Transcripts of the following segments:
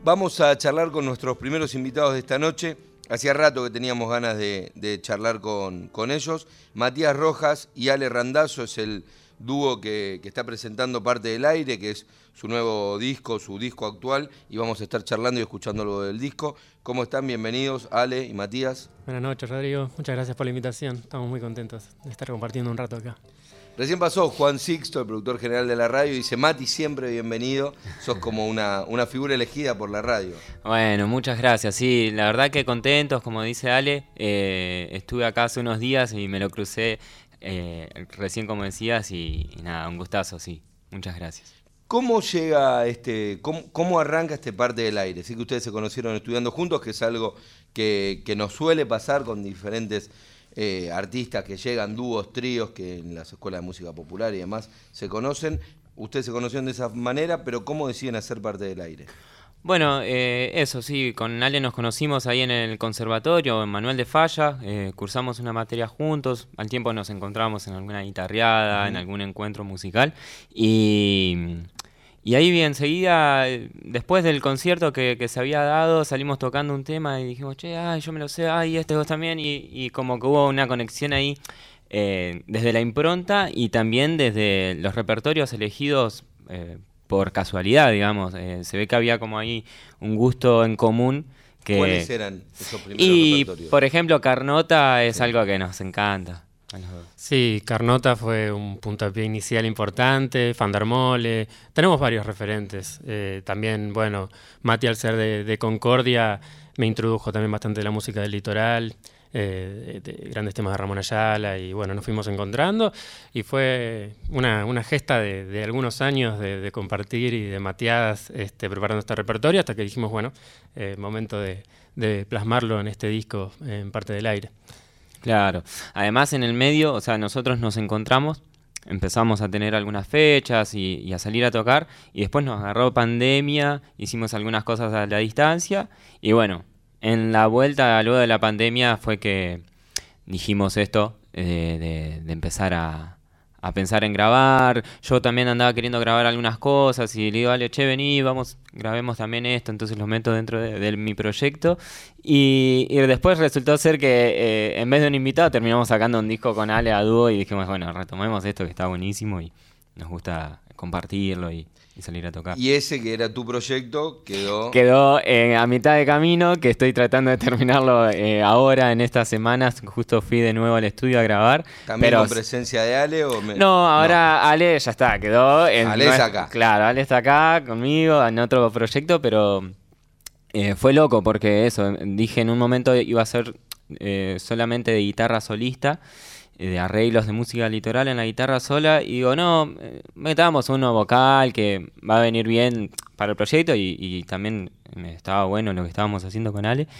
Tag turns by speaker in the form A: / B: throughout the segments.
A: Vamos a charlar con nuestros primeros invitados de esta noche. Hacía rato que teníamos ganas de charlar con ellos. Matías Rojas y Ale Randazzo es el dúo que está presentando Parte del Aire, que es su nuevo disco, su disco actual, y vamos a estar charlando y escuchando algo del disco. ¿Cómo están? Bienvenidos, Ale y Matías.
B: Buenas noches, Rodrigo. Muchas gracias por la invitación. Estamos muy contentos de estar compartiendo un rato acá.
A: Recién pasó Juan Sixto, el productor general de la radio, y dice: Mati, siempre bienvenido, sos como una figura elegida por la radio.
C: Bueno, muchas gracias, sí, la verdad que contentos, como dice Ale, estuve acá hace unos días y me lo crucé recién como decías y nada, un gustazo, sí, muchas gracias.
A: ¿Cómo llega cómo arranca Parte del Aire? Sé que ustedes se conocieron estudiando juntos, que es algo que nos suele pasar con diferentes artistas que llegan, dúos, tríos, que en las escuelas de música popular y demás se conocen. Ustedes se conocieron de esa manera, pero ¿cómo deciden hacer Parte del Aire?
C: Bueno, eso sí, con Ale nos conocimos ahí en el conservatorio, en Manuel de Falla, cursamos una materia juntos, al tiempo nos encontramos en alguna guitarreada, en algún encuentro musical, y ahí bien, enseguida, después del concierto que se había dado, salimos tocando un tema y dijimos, che, ay, yo me lo sé, ay, vos también, y como que hubo una conexión ahí desde la impronta y también desde los repertorios elegidos por casualidad, digamos. Se ve que había como ahí un gusto en común.
A: ¿Cuáles eran esos primeros repertorios?
C: Por ejemplo, Carnota es algo que nos encanta.
B: Sí, Carnota fue un puntapié inicial importante, Fandermole, tenemos varios referentes. También, bueno, Mati, al ser de Concordia, me introdujo también bastante de la música del litoral, de grandes temas de Ramón Ayala, y bueno, nos fuimos encontrando y fue una gesta de algunos años de compartir y de mateadas preparando este repertorio, hasta que dijimos, bueno, momento de plasmarlo en este disco en Parte del Aire.
C: Claro, además en el medio, o sea, nosotros nos encontramos, empezamos a tener algunas fechas y a salir a tocar, y después nos agarró pandemia, hicimos algunas cosas a la distancia, y bueno, en la vuelta luego de la pandemia fue que dijimos esto, de empezar a pensar en grabar. Yo también andaba queriendo grabar algunas cosas y le digo, Ale, che, vení, vamos, grabemos también esto, entonces lo meto dentro de mi proyecto. Y después resultó ser que en vez de un invitado terminamos sacando un disco con Ale a dúo y dijimos, bueno, retomemos esto que está buenísimo y nos gusta compartirlo y salir a tocar.
A: Y ese que era tu proyecto
C: quedó a mitad de camino, que estoy tratando de terminarlo ahora en estas semanas. Justo fui de nuevo al estudio a grabar.
A: ¿También con presencia de Ale?
C: No, ahora no. Ale ya está, quedó
A: Ale está acá.
C: Claro, Ale está acá conmigo en otro proyecto, pero fue loco porque eso, dije en un momento iba a ser solamente de guitarra solista, de arreglos de música litoral en la guitarra sola, y digo, no, metamos uno vocal que va a venir bien para el proyecto, y también estaba bueno lo que estábamos haciendo con Ale,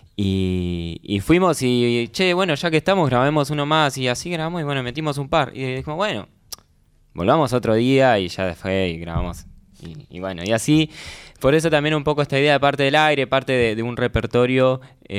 C: y fuimos y, che, bueno, ya que estamos, grabemos uno más, y así grabamos, y bueno, metimos un par, y dijimos, bueno, volvamos otro día, y ya fue, y grabamos, y bueno, y así, por eso también un poco esta idea de Parte del Aire, parte de un repertorio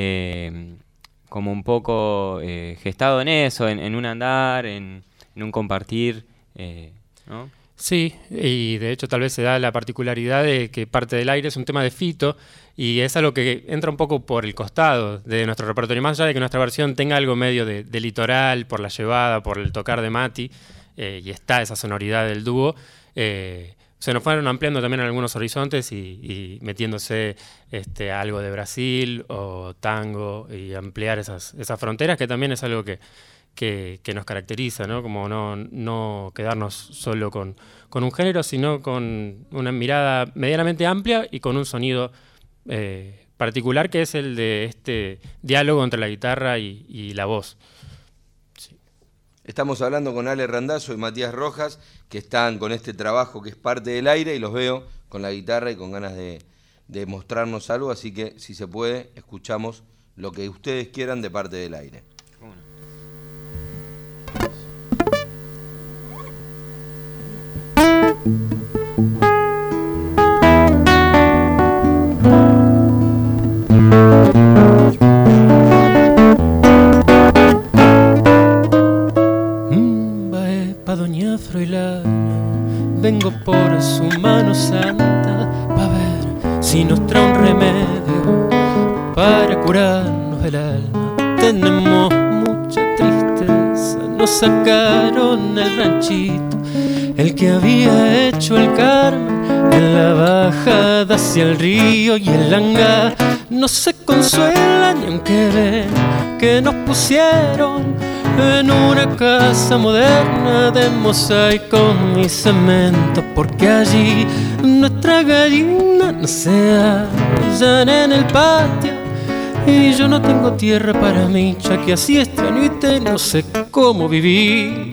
C: como un poco gestado en eso, en un andar, en un compartir, ¿no?
B: Sí, y de hecho tal vez se da la particularidad de que Parte del Aire es un tema de Fito, y es algo que entra un poco por el costado de nuestro repertorio, más allá de que nuestra versión tenga algo medio de litoral, por la llevada, por el tocar de Mati, y está esa sonoridad del dúo. Se nos fueron ampliando también algunos horizontes y metiéndose algo de Brasil o tango, y ampliar esas fronteras, que también es algo que nos caracteriza, ¿no? Como no quedarnos solo con un género, sino con una mirada medianamente amplia y con un sonido particular, que es el de este diálogo entre la guitarra y la voz.
A: Estamos hablando con Ale Randazzo y Matías Rojas, que están con este trabajo que es Parte del Aire, y los veo con la guitarra y con ganas de mostrarnos algo, así que si se puede, escuchamos lo que ustedes quieran de Parte del Aire.
B: Doña Froilán, vengo por su mano santa pa' ver si nos encuentra un remedio para curarnos el alma. Tenemos mucha tristeza, nos sacaron el ranchito, el que había hecho el Carmen, en la bajada hacia el río y el hangar. No se consuelan ni aunque ven que nos pusieron en una casa moderna de mosaico y cemento, porque allí nuestra gallina no se hallan en el patio y yo no tengo tierra para mí, ya que así extraño y no sé cómo vivir.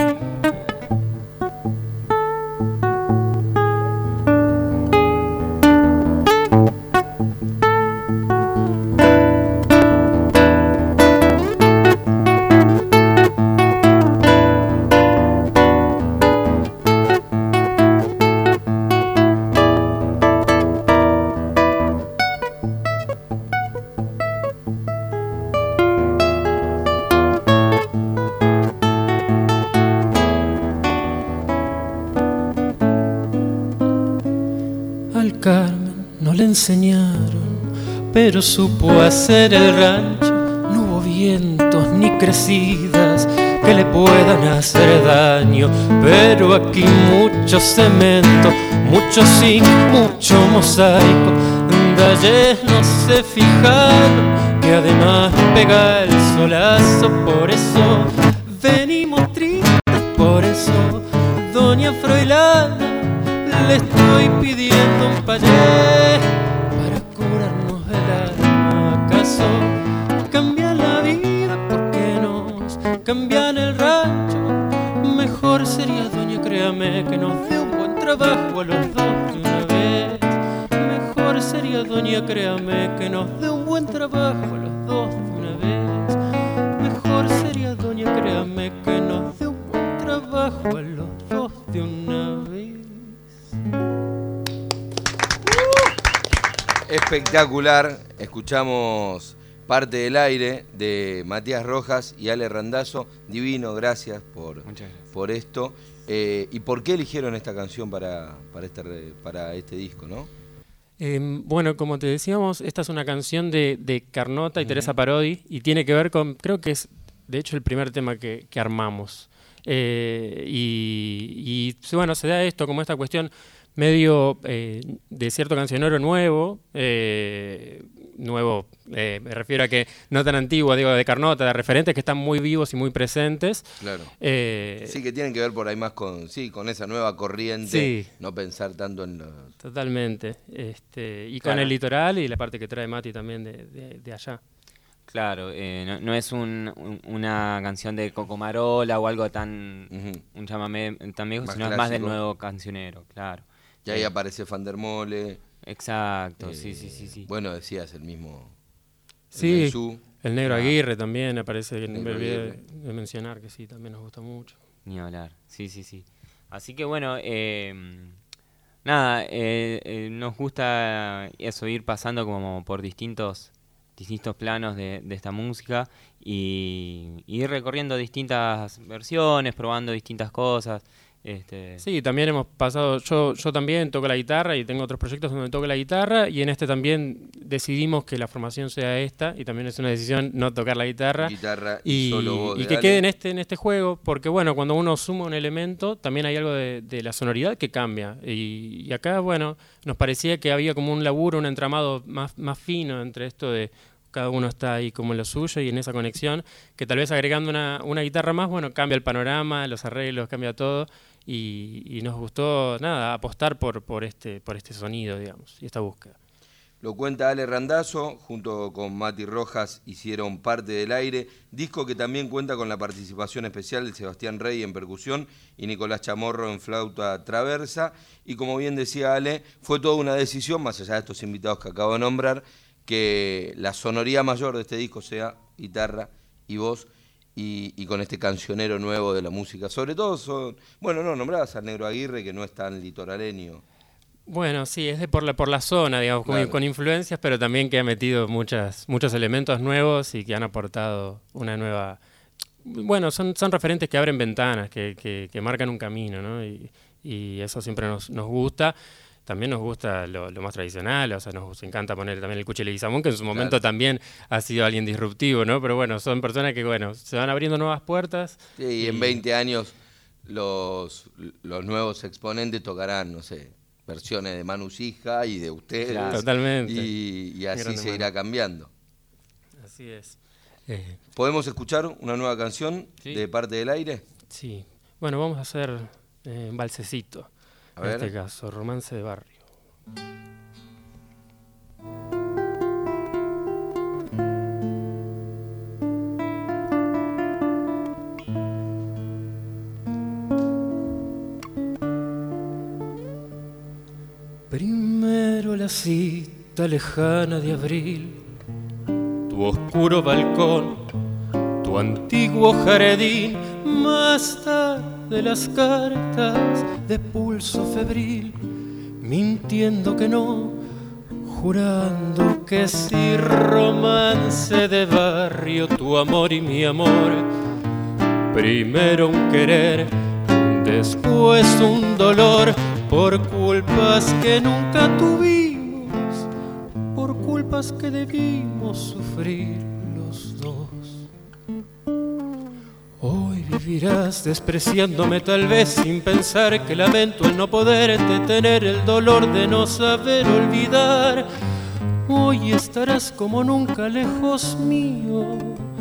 B: Carmen no le enseñaron, pero supo hacer el rancho. No hubo vientos ni crecidas que le puedan hacer daño, pero aquí mucho cemento, mucho zinc, mucho mosaico. De no se fijaron que además pega el solazo, por eso venimos tristes, por eso doña Froilana le estoy pidiendo un payé para curarnos el alma. ¿Acaso cambia la vida porque nos cambian el rancho? Mejor sería, doña, créame, que nos dé un buen trabajo a los dos de una vez. Mejor sería, doña, créame, que nos dé un buen trabajo a los dos de una vez. Mejor sería, doña, créame, que nos dé un buen trabajo a los dos de una vez.
A: Espectacular, escuchamos Parte del Aire de Matías Rojas y Ale Randazzo. Divino, gracias por esto. ¿Y por qué eligieron esta canción para este disco, no?
B: Bueno, como te decíamos, esta es una canción de Carnota y Teresa Parodi, y tiene que ver con, creo que es de hecho el primer tema que armamos. Y bueno, se da esto, como esta cuestión medio de cierto cancionero nuevo, me refiero a que no tan antiguo, digo, de Carnota, de referentes que están muy vivos y muy presentes.
A: Claro. Sí, que tienen que ver por ahí más con esa nueva corriente, sí. No pensar tanto en
B: Totalmente. Y claro, con el litoral y la parte que trae Mati también de allá.
C: Claro, no es una canción de Cocomarola o algo tan, un chamamé tan viejo, sino es más del nuevo cancionero, claro.
A: Y ahí aparece Fandermole.
C: Exacto, sí.
A: Bueno, decías el mismo.
B: Sí, el Negro Aguirre también aparece, me olvidé de mencionar que sí, también nos gusta mucho.
C: Ni hablar, sí. Así que bueno, nada, nos gusta eso, ir pasando como por distintos planos de esta música y ir recorriendo distintas versiones, probando distintas cosas.
B: Sí, también hemos pasado, yo también toco la guitarra y tengo otros proyectos donde toco la guitarra, y en este también decidimos que la formación sea esta, y también es una decisión no tocar la guitarra
A: y solo vos,
B: y que quede en este juego, porque bueno, cuando uno suma un elemento también hay algo de la sonoridad que cambia, y acá bueno, nos parecía que había como un laburo, un entramado más fino entre esto de cada uno está ahí como en lo suyo y en esa conexión, que tal vez agregando una guitarra más, bueno, cambia el panorama, los arreglos, cambia todo, y nos gustó, nada, apostar por este sonido, digamos, y esta búsqueda.
A: Lo cuenta Ale Randazzo, junto con Mati Rojas hicieron Parte del Aire, disco que también cuenta con la participación especial de Sebastián Rey en percusión y Nicolás Chamorro en flauta traversa, y como bien decía Ale, fue toda una decisión, más allá de estos invitados que acabo de nombrar, que la sonoridad mayor de este disco sea guitarra y voz, y con este cancionero nuevo de la música. Sobre todo nombrabas al Negro Aguirre, que no es tan litoraleño.
B: Bueno, sí, es por la zona, digamos, claro, con influencias, pero también que ha metido muchos elementos nuevos y que han aportado una nueva... Bueno, son referentes que abren ventanas, que marcan un camino, ¿no? Y eso siempre nos gusta. también nos gusta lo más tradicional, o sea, nos encanta poner también el Cuchi Leguizamón, que en su momento también ha sido alguien disruptivo, ¿no? Pero bueno, son personas que, bueno, se van abriendo nuevas puertas.
A: Sí, y en 20 años los nuevos exponentes tocarán, no sé, versiones de Manu Sija y de ustedes.
B: Claro. Totalmente.
A: Y así se irá cambiando.
B: Así es.
A: ¿Podemos escuchar una nueva canción de Parte del Aire?
B: Sí. Bueno, vamos a hacer un valsecito.
A: A ver.
B: En este caso, Romance de Barrio. Primero la cita lejana de abril, tu oscuro balcón, tu antiguo jardín, más tarde las cartas de pulso febril, mintiendo que no, jurando que sí, romance de barrio, tu amor y mi amor. Primero un querer, después un dolor, por culpas que nunca tuvimos, por culpas que debimos sufrir los dos. Hoy vivirás despreciándome tal vez sin pensar que lamento el no poder detener el dolor de no saber olvidar. Hoy estarás como nunca lejos mío,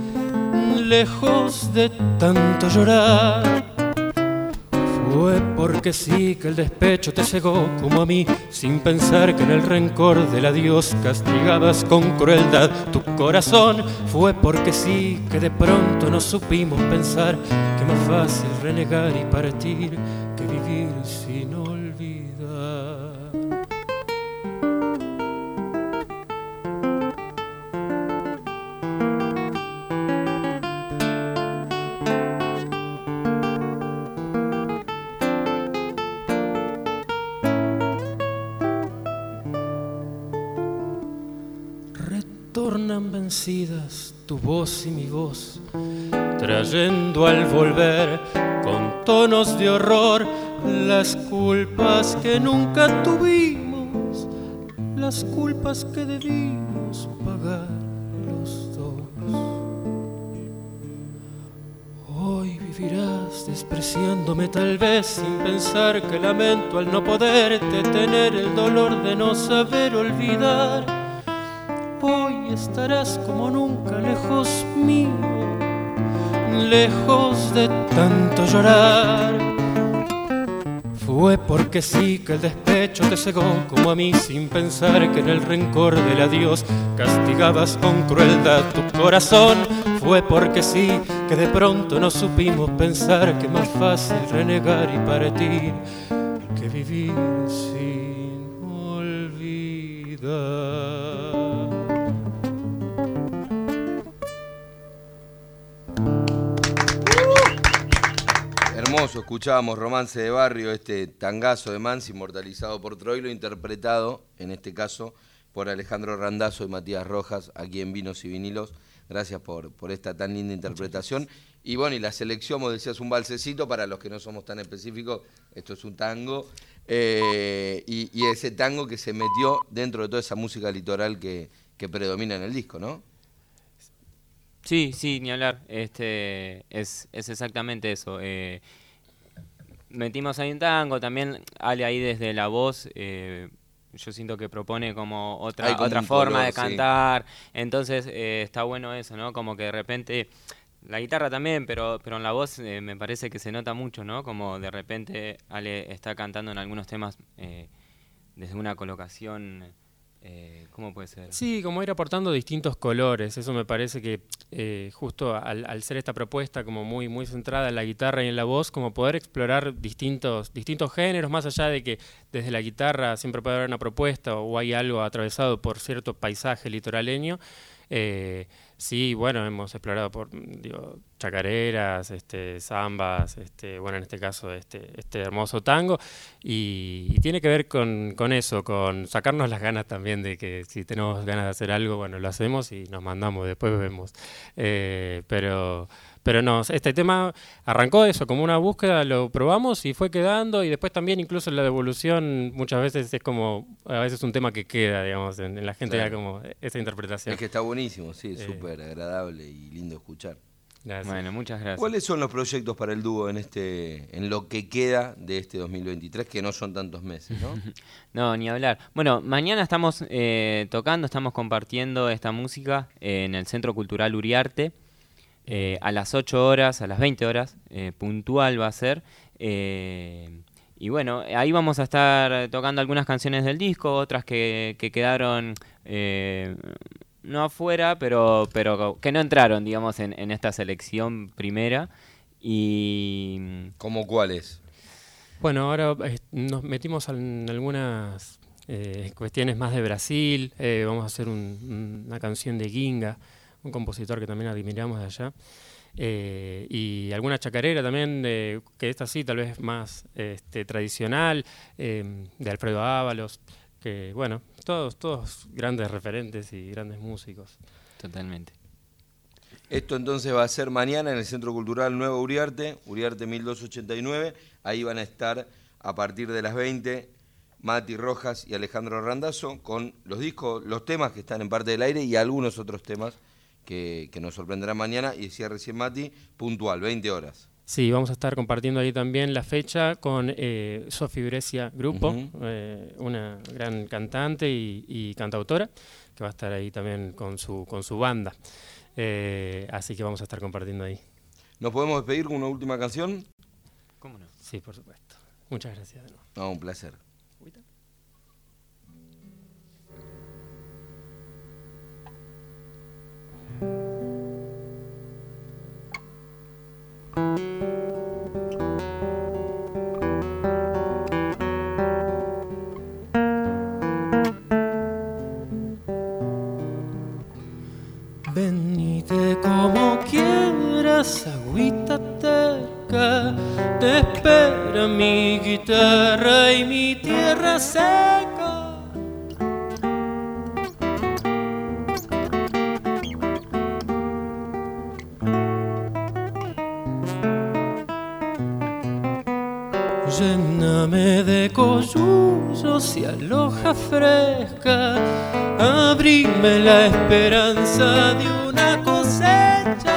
B: lejos de tanto llorar. Fue porque sí que el despecho te cegó como a mí, sin pensar que en el rencor del adiós castigabas con crueldad tu corazón. Fue porque sí que de pronto no supimos pensar que más fácil renegar y partir que vivir sin olvidar. Tornan vencidas tu voz y mi voz, trayendo al volver con tonos de horror las culpas que nunca tuvimos, las culpas que debimos pagar los dos. Hoy vivirás despreciándome tal vez sin pensar que lamento al no poder detener el dolor de no saber olvidar. Hoy estarás como nunca lejos mío, lejos de tanto llorar. Fue porque sí que el despecho te cegó como a mí, sin pensar que en el rencor del adiós castigabas con crueldad tu corazón. Fue porque sí que de pronto no supimos pensar que más fácil renegar y partir que vivir sin olvidar.
A: Hermoso, escuchábamos Romance de Barrio, este tangazo de Mansi, inmortalizado por Troilo, interpretado, en este caso, por Alejandro Randazzo y Matías Rojas, aquí en Vinos y Vinilos. Gracias por esta tan linda interpretación. Y bueno, y la selección, vos decías, un valsecito, para los que no somos tan específicos, esto es un tango, y ese tango que se metió dentro de toda esa música litoral que predomina en el disco, ¿no?
C: Sí, sí, ni hablar. Es exactamente eso. Metimos ahí un tango, también Ale ahí desde la voz, yo siento que propone como otra forma color, de cantar, sí. Entonces está bueno eso, ¿no? Como que de repente, la guitarra también, pero en la voz me parece que se nota mucho, ¿no? Como de repente Ale está cantando en algunos temas desde una colocación... ¿cómo puede ser?
B: Sí, como ir aportando distintos colores. Eso me parece que justo al ser esta propuesta como muy, muy centrada en la guitarra y en la voz, como poder explorar distintos géneros, más allá de que desde la guitarra siempre puede haber una propuesta o hay algo atravesado por cierto paisaje litoraleño, Sí, bueno, hemos explorado chacareras, zambas, bueno, en este caso este hermoso tango, y tiene que ver con eso, con sacarnos las ganas también de que si tenemos ganas de hacer algo, bueno, lo hacemos y nos mandamos, después vemos. Pero no, este tema arrancó eso, como una búsqueda, lo probamos y fue quedando, y después también incluso la devolución muchas veces es como, a veces un tema que queda, digamos, en la gente,
A: Claro.
B: ya como esa interpretación.
A: Es que está buenísimo, sí, súper agradable y lindo escuchar.
B: Gracias.
C: Bueno, muchas gracias.
A: ¿Cuáles son los proyectos para el dúo en lo que queda de este 2023, que no son tantos meses, ¿no?
C: No, ni hablar. Bueno, mañana estamos tocando, estamos compartiendo esta música en el Centro Cultural Uriarte. A las 8 horas, a las 20 horas, puntual va a ser. Y bueno, ahí vamos a estar tocando algunas canciones del disco, otras que quedaron no afuera, pero que no entraron, digamos, en esta selección primera. Y
A: ¿Cómo cuáles?
B: Bueno, ahora nos metimos en algunas cuestiones más de Brasil. Vamos a hacer una canción de Ginga, un compositor que también admiramos de allá, y alguna chacarera también, que esta sí, tal vez más tradicional, de Alfredo Ábalos, que bueno, todos grandes referentes y grandes músicos.
C: totalmente.
A: Esto entonces va a ser mañana en el Centro Cultural Nuevo Uriarte, Uriarte 1289, ahí van a estar a partir de las 20, Mati Rojas y Alejandro Randazzo, con los discos, los temas que están en parte del aire y algunos otros temas que nos sorprenderán mañana, y decía recién Mati, puntual, 20 horas.
B: Sí, vamos a estar compartiendo ahí también la fecha con Sofi Brescia Grupo, una gran cantante y cantautora, que va a estar ahí también con su banda. Así que vamos a estar compartiendo ahí.
A: ¿Nos podemos despedir con una última canción?
C: ¿Cómo no?
B: Sí, por supuesto. Muchas gracias de nuevo.
A: No, un placer.
D: Venite como quieras, agüita terca, te espera mi guitarra y mi tierra seca. Lléname de coyullos y aloja fresca, abrime la esperanza de una cosecha.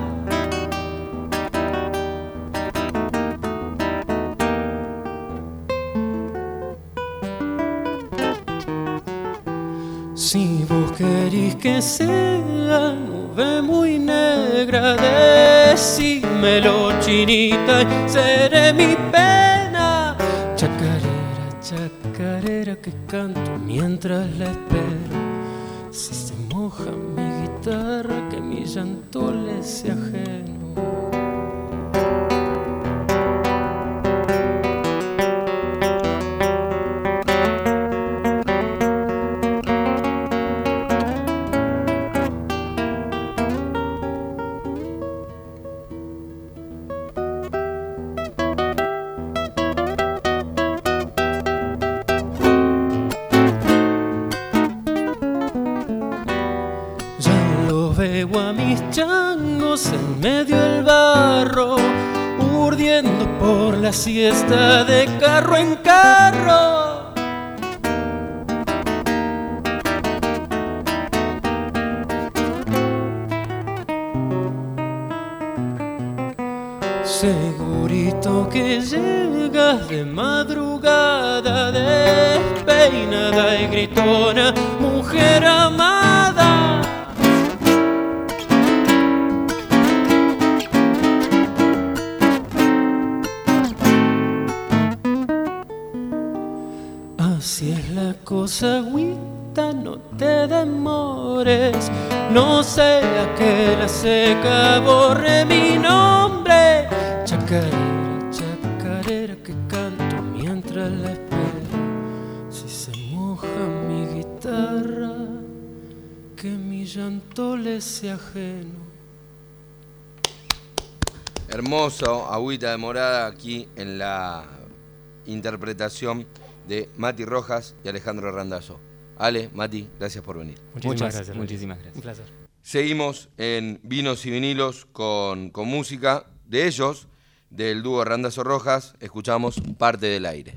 D: Si vos querís que sea nube muy negra, decímelo, chinita, y seré mi pena. Chacarera, chacarera que canto mientras la espero. Si se moja mi guitarra, que mi llanto le sea ajeno. Veo a mis changos en medio del barro, urdiendo por la siesta de carro en carro. Segurito que llegas de madrugada, despeinada y gritona, mujer amada. Así es la cosa, agüita, no te demores, no sea que la seca borre mi nombre. Chacarera, chacarera que canto mientras la espero. Si se moja mi guitarra, que mi llanto le sea ajeno.
A: Hermoso, Agüita de Morada, aquí en la interpretación de Mati Rojas y Alejandro Randazzo. Ale, Mati, gracias por venir.
B: Muchísimas gracias.
C: Muchísimas gracias.
B: Un placer.
A: Seguimos en Vinos y Vinilos con música de ellos, del dúo Randazzo Rojas. Escuchamos Parte del Aire.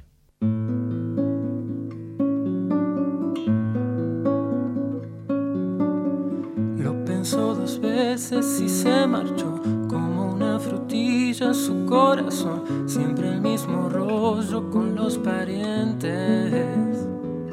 D: Lo pensó 2 veces y se marchó como una frutilla, su corazón, siempre el mismo rollo con los parientes.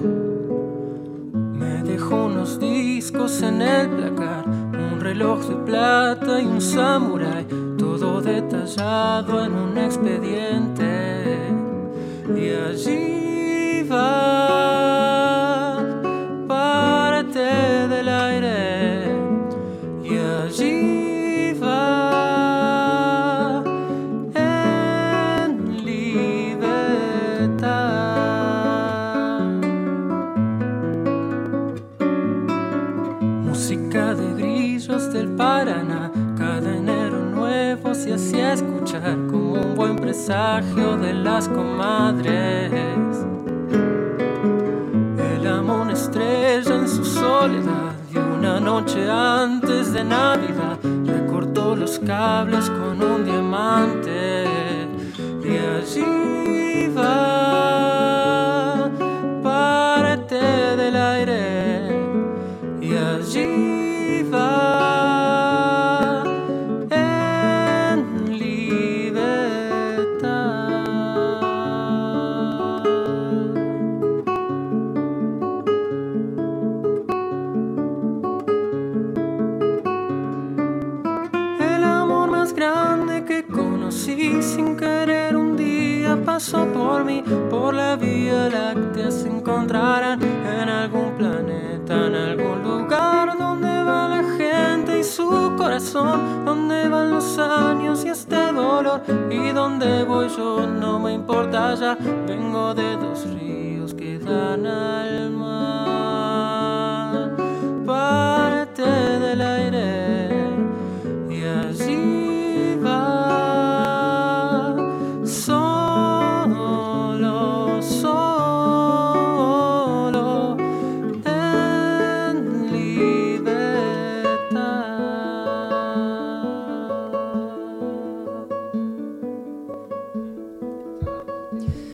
D: Me dejó unos discos en el placar, un reloj de plata y un samurái, todo detallado en un expediente. Y allí va parte del aire, y allí va en libertad. Música de grillos del Paraná, cada enero nuevo se hacía escuchar como un buen presagio de las comadres. Él amó una estrella en su soledad y una noche antes de Navidad recortó los cables con un diamante. Y allí va parte del aire, y allí va en libertad. El amor más grande que conocí sin querer un día pasó por mí, por la Vía Láctea se encontrarán en algún planeta, en algún lugar donde va la gente y su corazón, donde van los años y este dolor, y donde voy yo no me importa ya, vengo de 2 ríos que dan al mar.